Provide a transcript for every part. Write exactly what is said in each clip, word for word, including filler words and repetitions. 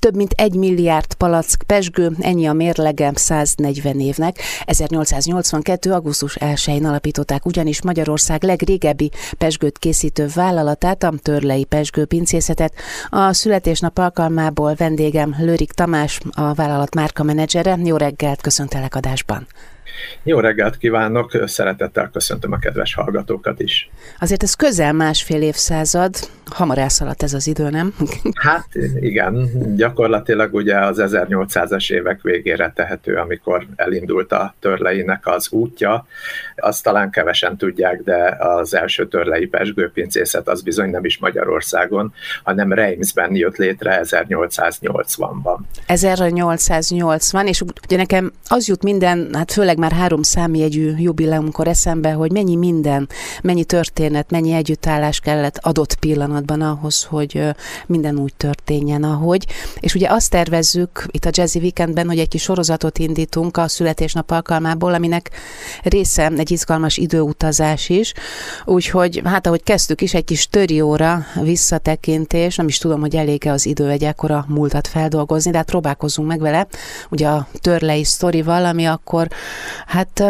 több mint egy milliárd palack pezsgő, ennyi a mérlege száznegyven évnek. ezernyolcszáznyolcvankettő. augusztus elsején alapították ugyanis Magyarország legrégebbi pezsgőt készítő vállalatát, a Törlei Pezsgőpincészetet. A születésnap alkalmából vendégem Lőrik Tamás, a vállalat márkamenedzsere. Jó reggelt, köszöntelek adásban! Jó reggelt kívánok, szeretettel köszöntöm a kedves hallgatókat is. Azért ez közel másfél évszázad, hamar elszaladt ez az idő, nem? Hát igen, gyakorlatilag ugye az ezernyolcszázas évek végére tehető, amikor elindult a Törleinek az útja. Azt talán kevesen tudják, de az első törlei pezsgőpincészet az bizony nem is Magyarországon, hanem Reimsben jött létre ezernyolcszáznyolcvanban. ezernyolcszáznyolcvan, és ugye nekem az jut minden, hát főleg már három számjegyű jubileumkor eszembe, hogy mennyi minden, mennyi történet, mennyi együttállás kellett adott pillanatban ahhoz, hogy minden úgy történjen, ahogy. És ugye azt tervezzük itt a Jazzy Weekendben, hogy egy kis sorozatot indítunk a születésnap alkalmából, aminek része egy izgalmas időutazás is. Úgyhogy hát ahogy kezdtük is, egy kis törióra visszatekintés, nem is tudom, hogy elég-e az idő egy ekkora múltat feldolgozni, de hát próbálkozzunk meg vele. Ugye a törlei sztorival, ami akkor hát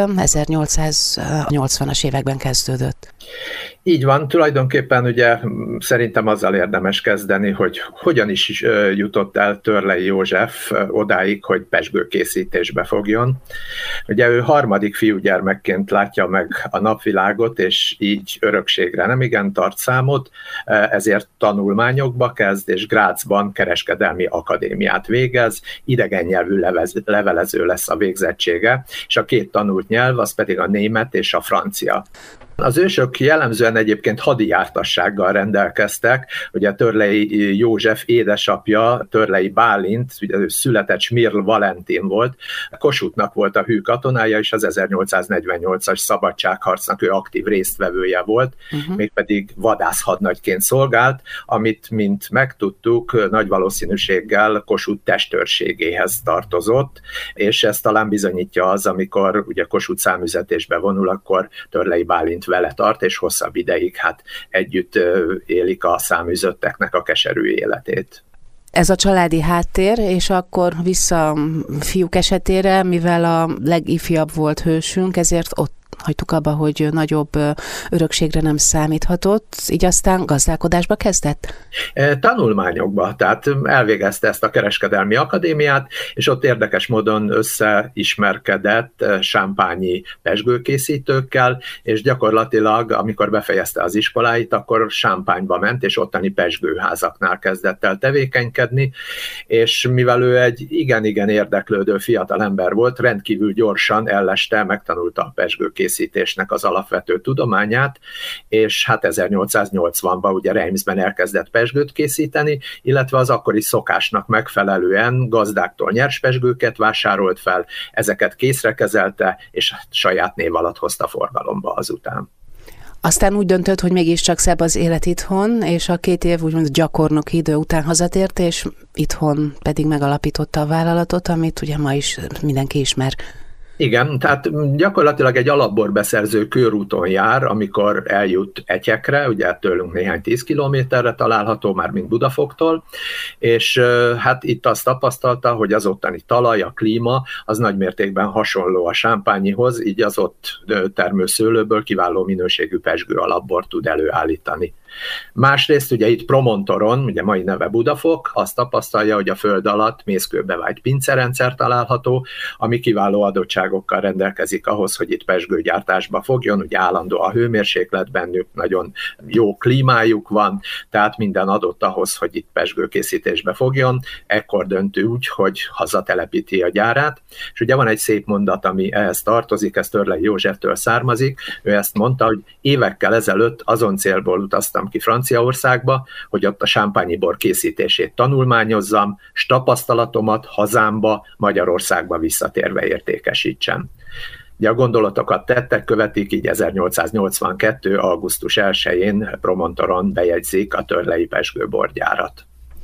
ezernyolcszáznyolcvanas években kezdődött. Így van, tulajdonképpen ugye szerintem azzal érdemes kezdeni, hogy hogyan is jutott el Törlei József odáig, hogy pezsgőkészítésbe fogjon. Ugye ő harmadik fiúgyermekként látja meg a napvilágot, és így örökségre nem igen tart számot, ezért tanulmányokba kezd, és Grazban kereskedelmi akadémiát végez, idegen nyelvű levelező lesz a végzettsége, és a két tanult nyelv az pedig a német és a francia. Az ősök jellemzően egyébként hadijártassággal rendelkeztek, ugye Törlei József édesapja, Törlei Bálint, ugye ő született Smirl Valentin volt, Kossuthnak volt a hű katonája, és az ezernyolcszáznegyvennyolcas szabadságharcnak ő aktív résztvevője volt, uh-huh. mégpedig vadászhadnagyként szolgált, amit, mint megtudtuk, nagy valószínűséggel Kossuth testőrségéhez tartozott, és ez talán bizonyítja az, amikor ugye Kossuth számüzetésbe vonul, akkor Törlei Bálint vele tart, és hosszabb ideig hát együtt élik a száműzötteknek a keserű életét. Ez a családi háttér, és akkor vissza a fiúk esetére, mivel a legifjabb volt hősünk, ezért ott hagytuk abba, hogy nagyobb örökségre nem számíthatott, így aztán gazdálkodásba kezdett? Tanulmányokba, tehát elvégezte ezt a kereskedelmi akadémiát, és ott érdekes módon összeismerkedett sámpányi pezsgőkészítőkkel, és gyakorlatilag, amikor befejezte az iskoláit, akkor Sámpányba ment, és ottani pezsgőházaknál kezdett el tevékenykedni, és mivel ő egy igen-igen érdeklődő fiatal ember volt, rendkívül gyorsan elleste, megtanulta a pezsgőkészítést, készítésnek az alapvető tudományát, és hát ezernyolcszáznyolcvanban ugye Reimsben elkezdett pezsgőt készíteni, illetve az akkori szokásnak megfelelően gazdáktól nyers pezsgőket vásárolt fel, ezeket készre kezelte, és saját név alatt hozta forgalomba azután. Aztán úgy döntött, hogy mégiscsak szebb az élet itthon, és a két év úgymond gyakornoki idő után hazatért, és itthon pedig megalapította a vállalatot, amit ugye ma is mindenki ismer. Igen, tehát gyakorlatilag egy alapborbeszerző körúton jár, amikor eljut Etyekre, ugye tőlünk néhány tíz kilométerre található, már mint Budafokktól, és hát itt azt tapasztalta, hogy az ottani talaj, a klíma, az nagymértékben hasonló a sámpányihoz, így az ott termő szőlőből kiváló minőségű pezsgő alapbort tud előállítani. Másrészt ugye itt Promontoron, ugye mai neve Budafok, azt tapasztalja, hogy a föld alatt mészkőbe vájt pincerendszer található, ami kiváló adottságokkal rendelkezik ahhoz, hogy itt pezsgőgyártásba fogjon, ugye állandó a hőmérséklet bennük, nagyon jó klímájuk van, tehát minden adott ahhoz, hogy itt pezsgőkészítésbe fogjon, ekkor dönt úgy, hogy hazatelepíti a gyárát, és ugye van egy szép mondat, ami ehhez tartozik, ez Törlei Józseftől származik, ő ezt mondta, hogy évekkel ezelőtt azon célból utaztam ki Franciaországba, hogy ott a sámpányi bor készítését tanulmányozzam, s tapasztalatomat hazámba, Magyarországba visszatérve értékesítsem. Ugye a gondolatokat tettek követik, így ezernyolcszáznyolcvankettő. augusztus elsején Promontoron bejegyzik a Törlei pezsgőborgyárat.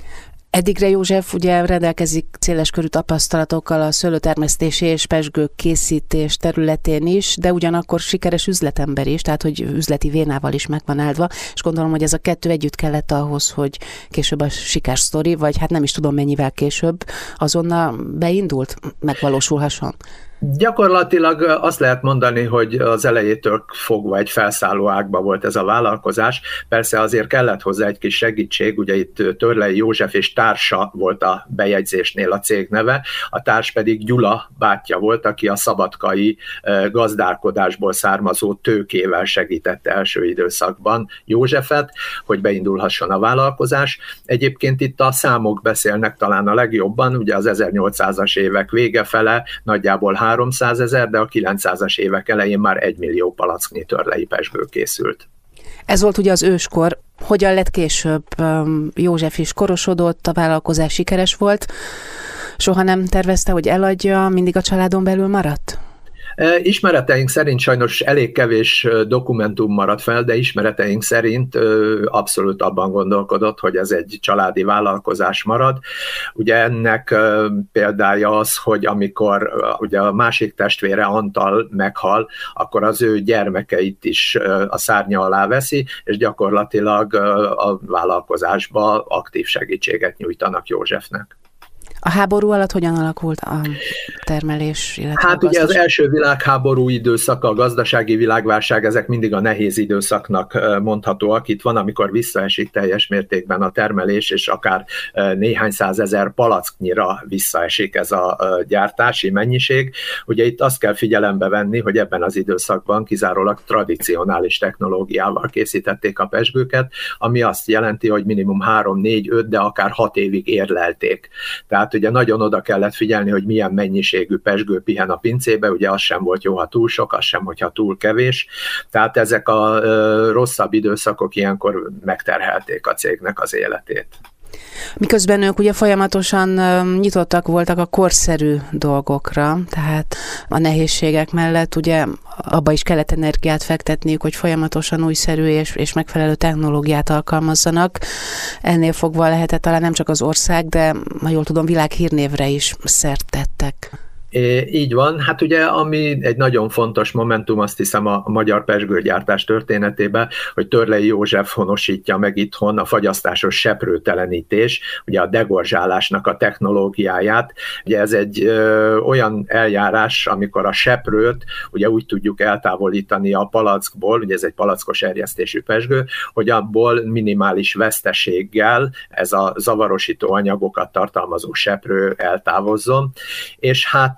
Eddigre József ugye rendelkezik széleskörű tapasztalatokkal a szőlőtermesztési és pezsgők készítés területén is, de ugyanakkor sikeres üzletember is, tehát hogy üzleti vénával is meg van áldva, és gondolom, hogy ez a kettő együtt kellett ahhoz, hogy később a sikersztori, vagy hát nem is tudom mennyivel később, azonnal beindult, megvalósulhasson. Gyakorlatilag azt lehet mondani, hogy az elejétől fogva egy felszálló ágba volt ez a vállalkozás. Persze azért kellett hozzá egy kis segítség, ugye itt Törlei József és társa volt a bejegyzésnél a cég neve, a társ pedig Gyula bátyja volt, aki a szabadkai gazdálkodásból származó tőkével segítette első időszakban Józsefet, hogy beindulhasson a vállalkozás. Egyébként itt a számok beszélnek talán a legjobban, ugye az ezernyolcszázas évek vége fele nagyjából háromszázezer, de a kilencszázas évek elején már egy millió palacknyi törlei pezsgő készült. Ez volt ugye az őskor. Hogyan lett később? József is korosodott, a vállalkozás sikeres volt. Soha nem tervezte, hogy eladja, mindig a családon belül maradt? Ismereteink szerint sajnos elég kevés dokumentum maradt fel, de ismereteink szerint abszolút abban gondolkodott, hogy ez egy családi vállalkozás marad. Ugye ennek példája az, hogy amikor ugye a másik testvére Antal meghal, akkor az ő gyermekeit is a szárnya alá veszi, és gyakorlatilag a vállalkozásba aktív segítséget nyújtanak Józsefnek. A háború alatt hogyan alakult a termelés? Illetve hát ugye az első világháború időszaka, a gazdasági világválság, ezek mindig a nehéz időszaknak mondhatóak. Itt van, amikor visszaesik teljes mértékben a termelés, és akár néhány százezer palacknyira visszaesik ez a gyártási mennyiség. Ugye itt azt kell figyelembe venni, hogy ebben az időszakban kizárólag tradicionális technológiával készítették a pezsgőket, ami azt jelenti, hogy minimum három, négy, öt, de akár hat évig érlelték. Tehát ugye nagyon oda kellett figyelni, hogy milyen mennyiségű pezsgő pihen a pincébe, ugye az sem volt jó, ha túl sok, az sem, hogyha túl kevés. Tehát ezek a rosszabb időszakok ilyenkor megterhelték a cégnek az életét. Miközben ők ugye folyamatosan nyitottak voltak a korszerű dolgokra, tehát a nehézségek mellett ugye abba is kellett energiát fektetniük, hogy folyamatosan újszerű és, és megfelelő technológiát alkalmazzanak. Ennél fogva lehetett talán nem csak az ország, de ha jól tudom, világhírnévre is szert tettek. É, így van. Hát ugye, ami egy nagyon fontos momentum, azt hiszem a magyar pezsgőgyártás történetében, hogy Törlei József honosítja meg itthon a fagyasztásos seprőtelenítés, ugye a degorzsálásnak a technológiáját. Ugye ez egy ö, olyan eljárás, amikor a seprőt ugye úgy tudjuk eltávolítani a palackból, ugye ez egy palackos erjesztésű pezsgő, hogy abból minimális veszteséggel ez a zavarosító anyagokat tartalmazó seprő eltávozzon, és hát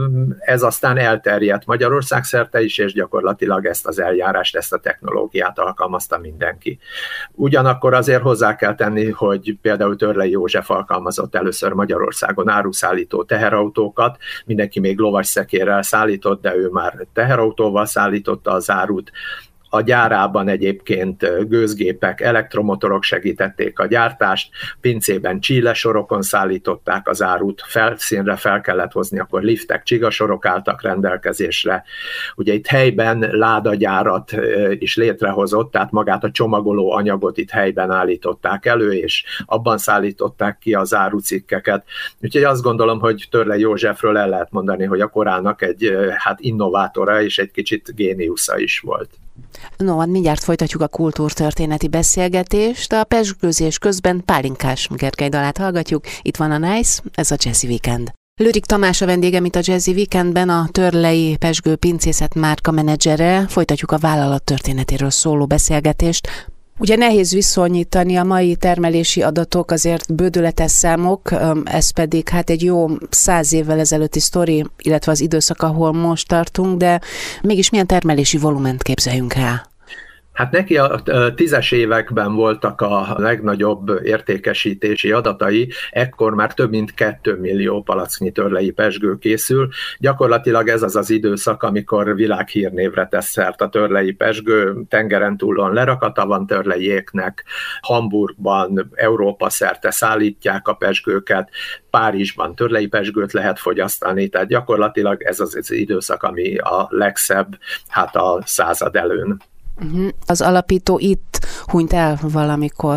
ez aztán elterjedt Magyarország szerte is, és gyakorlatilag ezt az eljárást, ezt a technológiát alkalmazta mindenki. Ugyanakkor azért hozzá kell tenni, hogy például Törlei József alkalmazott először Magyarországon áruszállító teherautókat, mindenki még lovasszekérrel szállított, de ő már teherautóval szállította az árut. A gyárában egyébként gőzgépek, elektromotorok segítették a gyártást, pincében csílesorokon szállították az árut, felszínre fel kellett hozni, akkor liftek, csigasorok álltak rendelkezésre. Ugye itt helyben ládagyárat is létrehozott, tehát magát a csomagoló anyagot itt helyben állították elő, és abban szállították ki az árucikkeket. Úgyhogy azt gondolom, hogy Törlei Józsefről el lehet mondani, hogy a korának egy hát innovátora és egy kicsit géniusza is volt. No, hát mindjárt folytatjuk a kultúrtörténeti beszélgetést. A pezsgőzés közben Pálinkás Gergely dalát hallgatjuk. Itt van a Nice, ez a Jazzy Weekend. Lőrik Tamás a vendégem itt a Jazzy Weekendben, a Törlei Pezsgő Pincészet márka menedzsere. Folytatjuk a vállalat történetéről szóló beszélgetést. Ugye nehéz viszonyítani, a mai termelési adatok azért bődületes számok, ez pedig hát egy jó száz évvel ezelőtti sztori, illetve az időszak, ahol most tartunk, de mégis milyen termelési volument képzeljünk el? Hát neki a tízes években voltak a legnagyobb értékesítési adatai, ekkor már több mint két millió palacknyi törlei pezsgő készül. Gyakorlatilag ez az az időszak, amikor világhírnévre tesz szert a törlei pezsgő, tengeren túlon lerakata van törleiéknek, Hamburgban, Európa szerte szállítják a pezsgőket, Párizsban törlei pezsgőt lehet fogyasztani, tehát gyakorlatilag ez az, az időszak, ami a legszebb, hát a század előn. Az alapító itt hunyt el valamikor.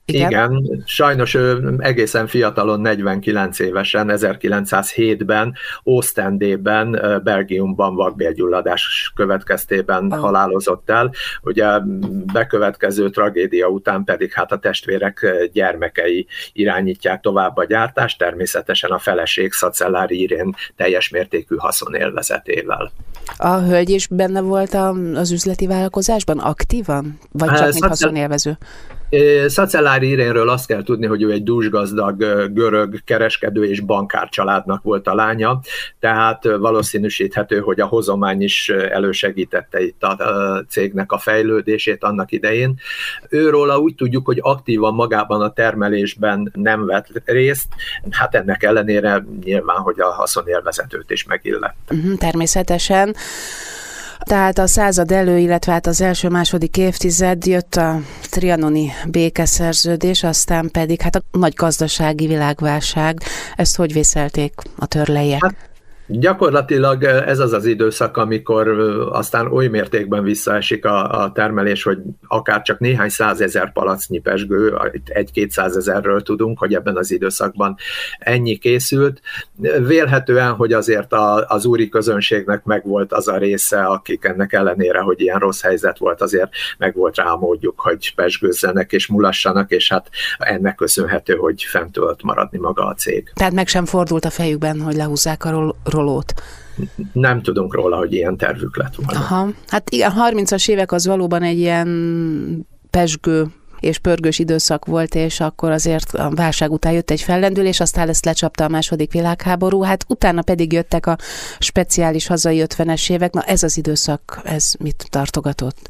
Igen. Igen, sajnos ő egészen fiatalon, negyvenkilenc évesen, ezerkilencszázhétben, Oostendében, Belgiumban vakbélgyulladás következtében oh. halálozott el. Ugye bekövetkező tragédia után pedig hát a testvérek gyermekei irányítják tovább a gyártást, természetesen a feleség, Szacellári Irén teljes mértékű haszonélvezetével. A hölgy is benne volt az üzleti vállalkozásban aktívan? Vagy csak mint Szace... haszonélvező? Szacellári Irénről azt kell tudni, hogy ő egy dúsgazdag görög kereskedő és bankár családnak volt a lánya, tehát valószínűsíthető, hogy a hozomány is elősegítette itt a cégnek a fejlődését annak idején. Őróla úgy tudjuk, hogy aktívan magában a termelésben nem vett részt, hát ennek ellenére nyilván, hogy a haszonélvezetőt is megillette. Természetesen. Tehát a század elő, illetve hát az első-második évtized jött a trianoni békeszerződés, aztán pedig hát a nagy gazdasági világválság. Ezt hogy vészelték a törlejek? Hát, gyakorlatilag ez az az időszak, amikor aztán oly mértékben visszaesik a, a termelés, hogy akár csak néhány százezer palacnyi pezsgő, egy-kétszázezerről tudunk, hogy ebben az időszakban ennyi készült. Vélhetően, hogy azért a, az úri közönségnek megvolt az a része, akik ennek ellenére, hogy ilyen rossz helyzet volt, azért megvolt rá a módjuk, hogy pezsgőzzenek és mulassanak, és hát ennek köszönhető, hogy fent tudott maradni maga a cég. Tehát meg sem fordult a fejükben, hogy lehúzzák a ról- rolót. Nem tudunk róla, hogy ilyen tervük lett volna. Aha. Hát igen, harmincas évek az valóban egy ilyen pezsgő és pörgős időszak volt, és akkor azért a válság után jött egy fellendülés, aztán ezt lecsapta a második világháború, hát utána pedig jöttek a speciális hazai ötvenes évek. Na ez az időszak, ez mit tartogatott?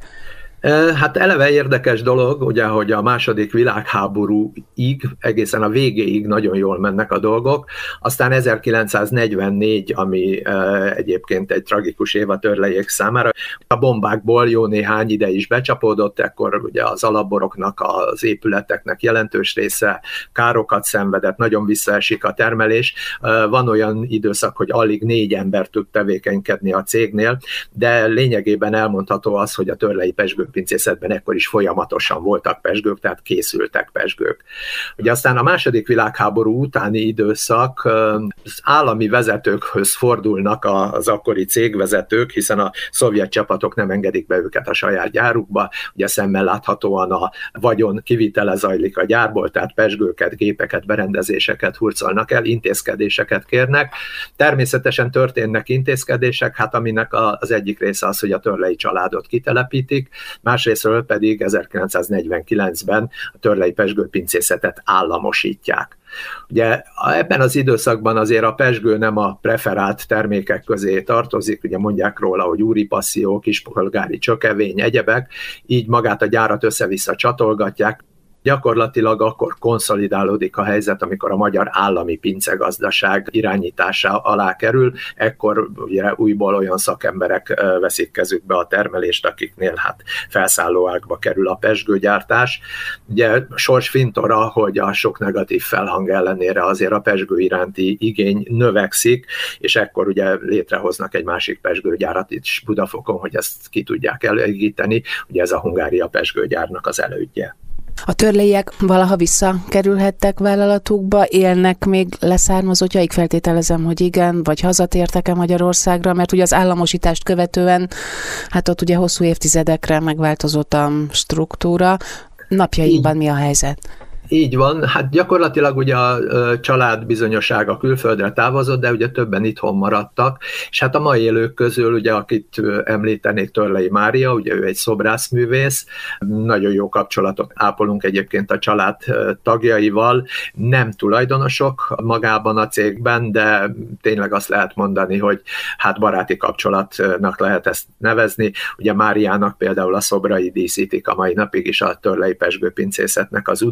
Hát eleve érdekes dolog, ugye, hogy a második világháborúig, egészen a végéig nagyon jól mennek a dolgok, aztán ezerkilencszáznegyvennégy, ami egyébként egy tragikus év a törlejék számára, a bombákból jó néhány ide is becsapódott, ekkor ugye az alapboroknak, az épületeknek jelentős része károkat szenvedett, nagyon visszaesik a termelés. Van olyan időszak, hogy alig négy ember tud tevékenykedni a cégnél, de lényegében elmondható az, hogy a törlei pezsgőpincészetben ekkor is folyamatosan voltak pezsgők, tehát készültek pezsgők. Ugye aztán a második világháború utáni időszak, az állami vezetőkhöz fordulnak az akkori cégvezetők, hiszen a szovjet csapatok nem engedik be őket a saját gyárukba, ugye szemmel láthatóan a vagyon kivitele zajlik a gyárból, tehát pezsgőket, gépeket, berendezéseket hurcolnak el, intézkedéseket kérnek. Természetesen történnek intézkedések, hát aminek az egyik része az, hogy a törlei családot kitelepítik, másrésztről pedig ezerkilencszáznegyvenkilencben a törlei pezsgőpincészetet államosítják. Ugye ebben az időszakban azért a pezsgő nem a preferált termékek közé tartozik, ugye mondják róla, hogy úri passzió, kispolgári csökevény, egyebek, így magát a gyárat össze-vissza csatolgatják. Gyakorlatilag akkor konszolidálódik a helyzet, amikor a magyar állami pincegazdaság irányítása alá kerül, ekkor ugye újból olyan szakemberek veszik kezükbe a termelést, akiknél hát felszálló ágba kerül a pezsgőgyártás. Ugye sors fintora, hogy a sok negatív felhang ellenére azért a pezsgő iránti igény növekszik, és ekkor ugye létrehoznak egy másik pezsgőgyárat is Budafokon, hogy ezt ki tudják elégíteni, ugye ez a Hungária pezsgőgyárnak az elődje. A törlejek valaha visszakerülhettek vállalatukba, élnek még leszármazottjaik, feltételezem, hogy igen, vagy hazatértek-e Magyarországra, mert ugye az államosítást követően, hát ott ugye hosszú évtizedekre megváltozott a struktúra. Napjainkban mi a helyzet? Így van, hát gyakorlatilag ugye a család bizonyossága külföldre távozott, de ugye többen itthon maradtak, és hát a mai élők közül, ugye akit említenék, Törlei Mária, ugye ő egy szobrászművész, nagyon jó kapcsolatot ápolunk egyébként a család tagjaival, nem tulajdonosok magában a cégben, de tényleg azt lehet mondani, hogy hát baráti kapcsolatnak lehet ezt nevezni, ugye Máriának például a szobrai díszítik a mai napig is a törlei pezsgőpincészetnek az udvarát,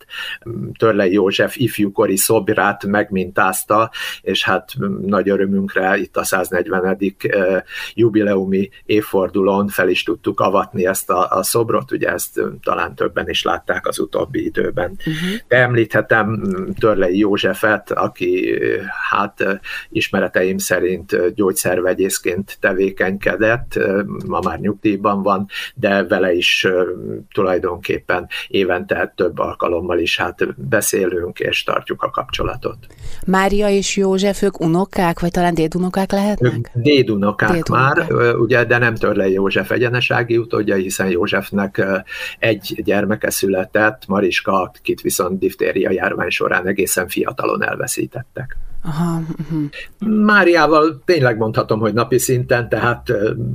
saját Törley József ifjúkori szobrát megmintázta, és hát nagy örömünkre itt a száznegyvenedik jubileumi évfordulón fel is tudtuk avatni ezt a, a szobrot, ugye ezt talán többen is látták az utóbbi időben. Uh-huh. De említhetem Törley Józsefet, aki hát ismereteim szerint gyógyszervegyészként tevékenykedett, ma már nyugdíjban van, de vele is tulajdonképpen évente több alkalommal is hát beszélünk és tartjuk a kapcsolatot. Mária és József, ők unokák, vagy talán dédunokák lehetnek? Ők dédunokák, dédunokák már, ugye, de nem Törley József egyenesági utódja, hiszen Józsefnek egy gyermeke született, Mariska, akit viszont diftéria járvány során egészen fiatalon elveszítettek. Aha, uh-huh. Máriával tényleg mondhatom, hogy napi szinten, tehát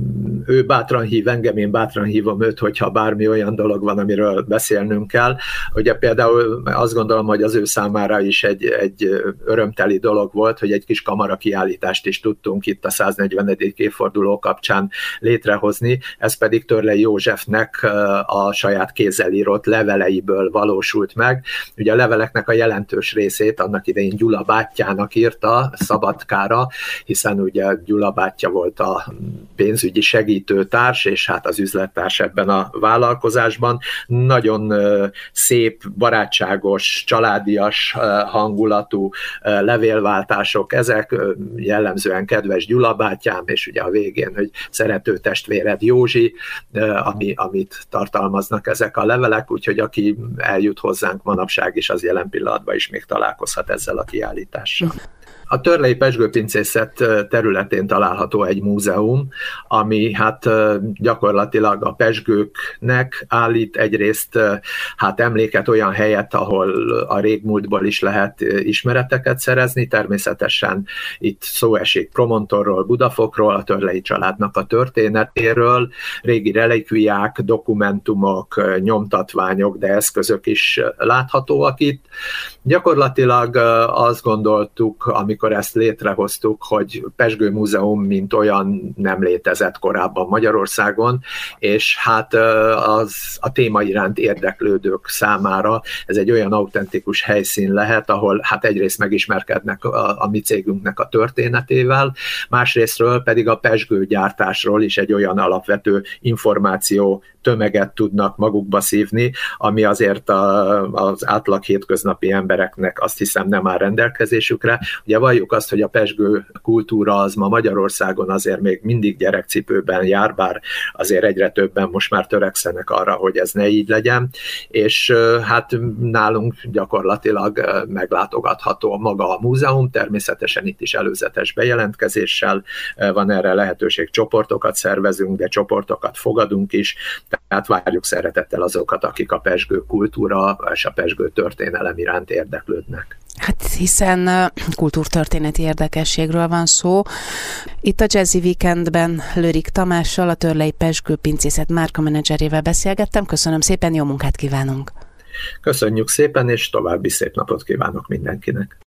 ő bátran hív engem, én bátran hívom őt, hogyha bármi olyan dolog van, amiről beszélnünk kell. Ugye például azt gondolom, hogy az ő számára is egy, egy örömteli dolog volt, hogy egy kis kamara kiállítást is tudtunk itt a száznegyvenedik évforduló kapcsán létrehozni, ez pedig Törley Józsefnek a saját kézzel írott leveleiből valósult meg. Ugye a leveleknek a jelentős részét annak idején Gyula bátyjának írta Szabadkára, hiszen ugye Gyula bátyja volt a pénzügyi segítőtárs, és hát az üzlettárs ebben a vállalkozásban. Nagyon szép, barátságos, családias hangulatú levélváltások, ezek jellemzően kedves Gyula bátyám, és ugye a végén, hogy szerető testvéred Józsi, ami, amit tartalmaznak ezek a levelek, úgyhogy aki eljut hozzánk manapság is, az jelen pillanatban is még találkozhat ezzel a kiállítással. A Törley pezsgőpincészet területén található egy múzeum, ami hát gyakorlatilag a pezsgőknek állít egyrészt hát emléket, olyan helyet, ahol a régmúltból is lehet ismereteket szerezni, természetesen itt szó esik Promontorról, Budafokról, a Törley családnak a történetéről, régi relikviák, dokumentumok, nyomtatványok, de eszközök is láthatóak itt. Gyakorlatilag azt gondoltuk, amikor amikor ezt létrehoztuk, hogy Pezsgő Múzeum mint olyan nem létezett korábban Magyarországon, és hát az a téma iránt érdeklődők számára ez egy olyan autentikus helyszín lehet, ahol hát egyrészt megismerkednek a, a mi cégünknek a történetével, másrésztről pedig a pezsgőgyártásról is egy olyan alapvető információ tömeget tudnak magukba szívni, ami azért a, az átlag hétköznapi embereknek azt hiszem nem áll rendelkezésükre. Ugye valljuk azt, hogy a pezsgő kultúra az ma Magyarországon azért még mindig gyerekcipőben jár, bár azért egyre többen most már törekszenek arra, hogy ez ne így legyen, és hát nálunk gyakorlatilag meglátogatható maga a múzeum, természetesen itt is előzetes bejelentkezéssel van erre lehetőség, csoportokat szervezünk, de csoportokat fogadunk is, tehát várjuk szeretettel azokat, akik a pezsgő kultúra és a pezsgő történelem iránt érdeklődnek. Hát hiszen kultúrtörténeti érdekességről van szó. Itt a Jazzy Weekendben Lőrik Tamással, a Törley Pezsgő Pincészet márkamenedzserével beszélgettem. Köszönöm szépen, jó munkát kívánunk! Köszönjük szépen, és további szép napot kívánok mindenkinek!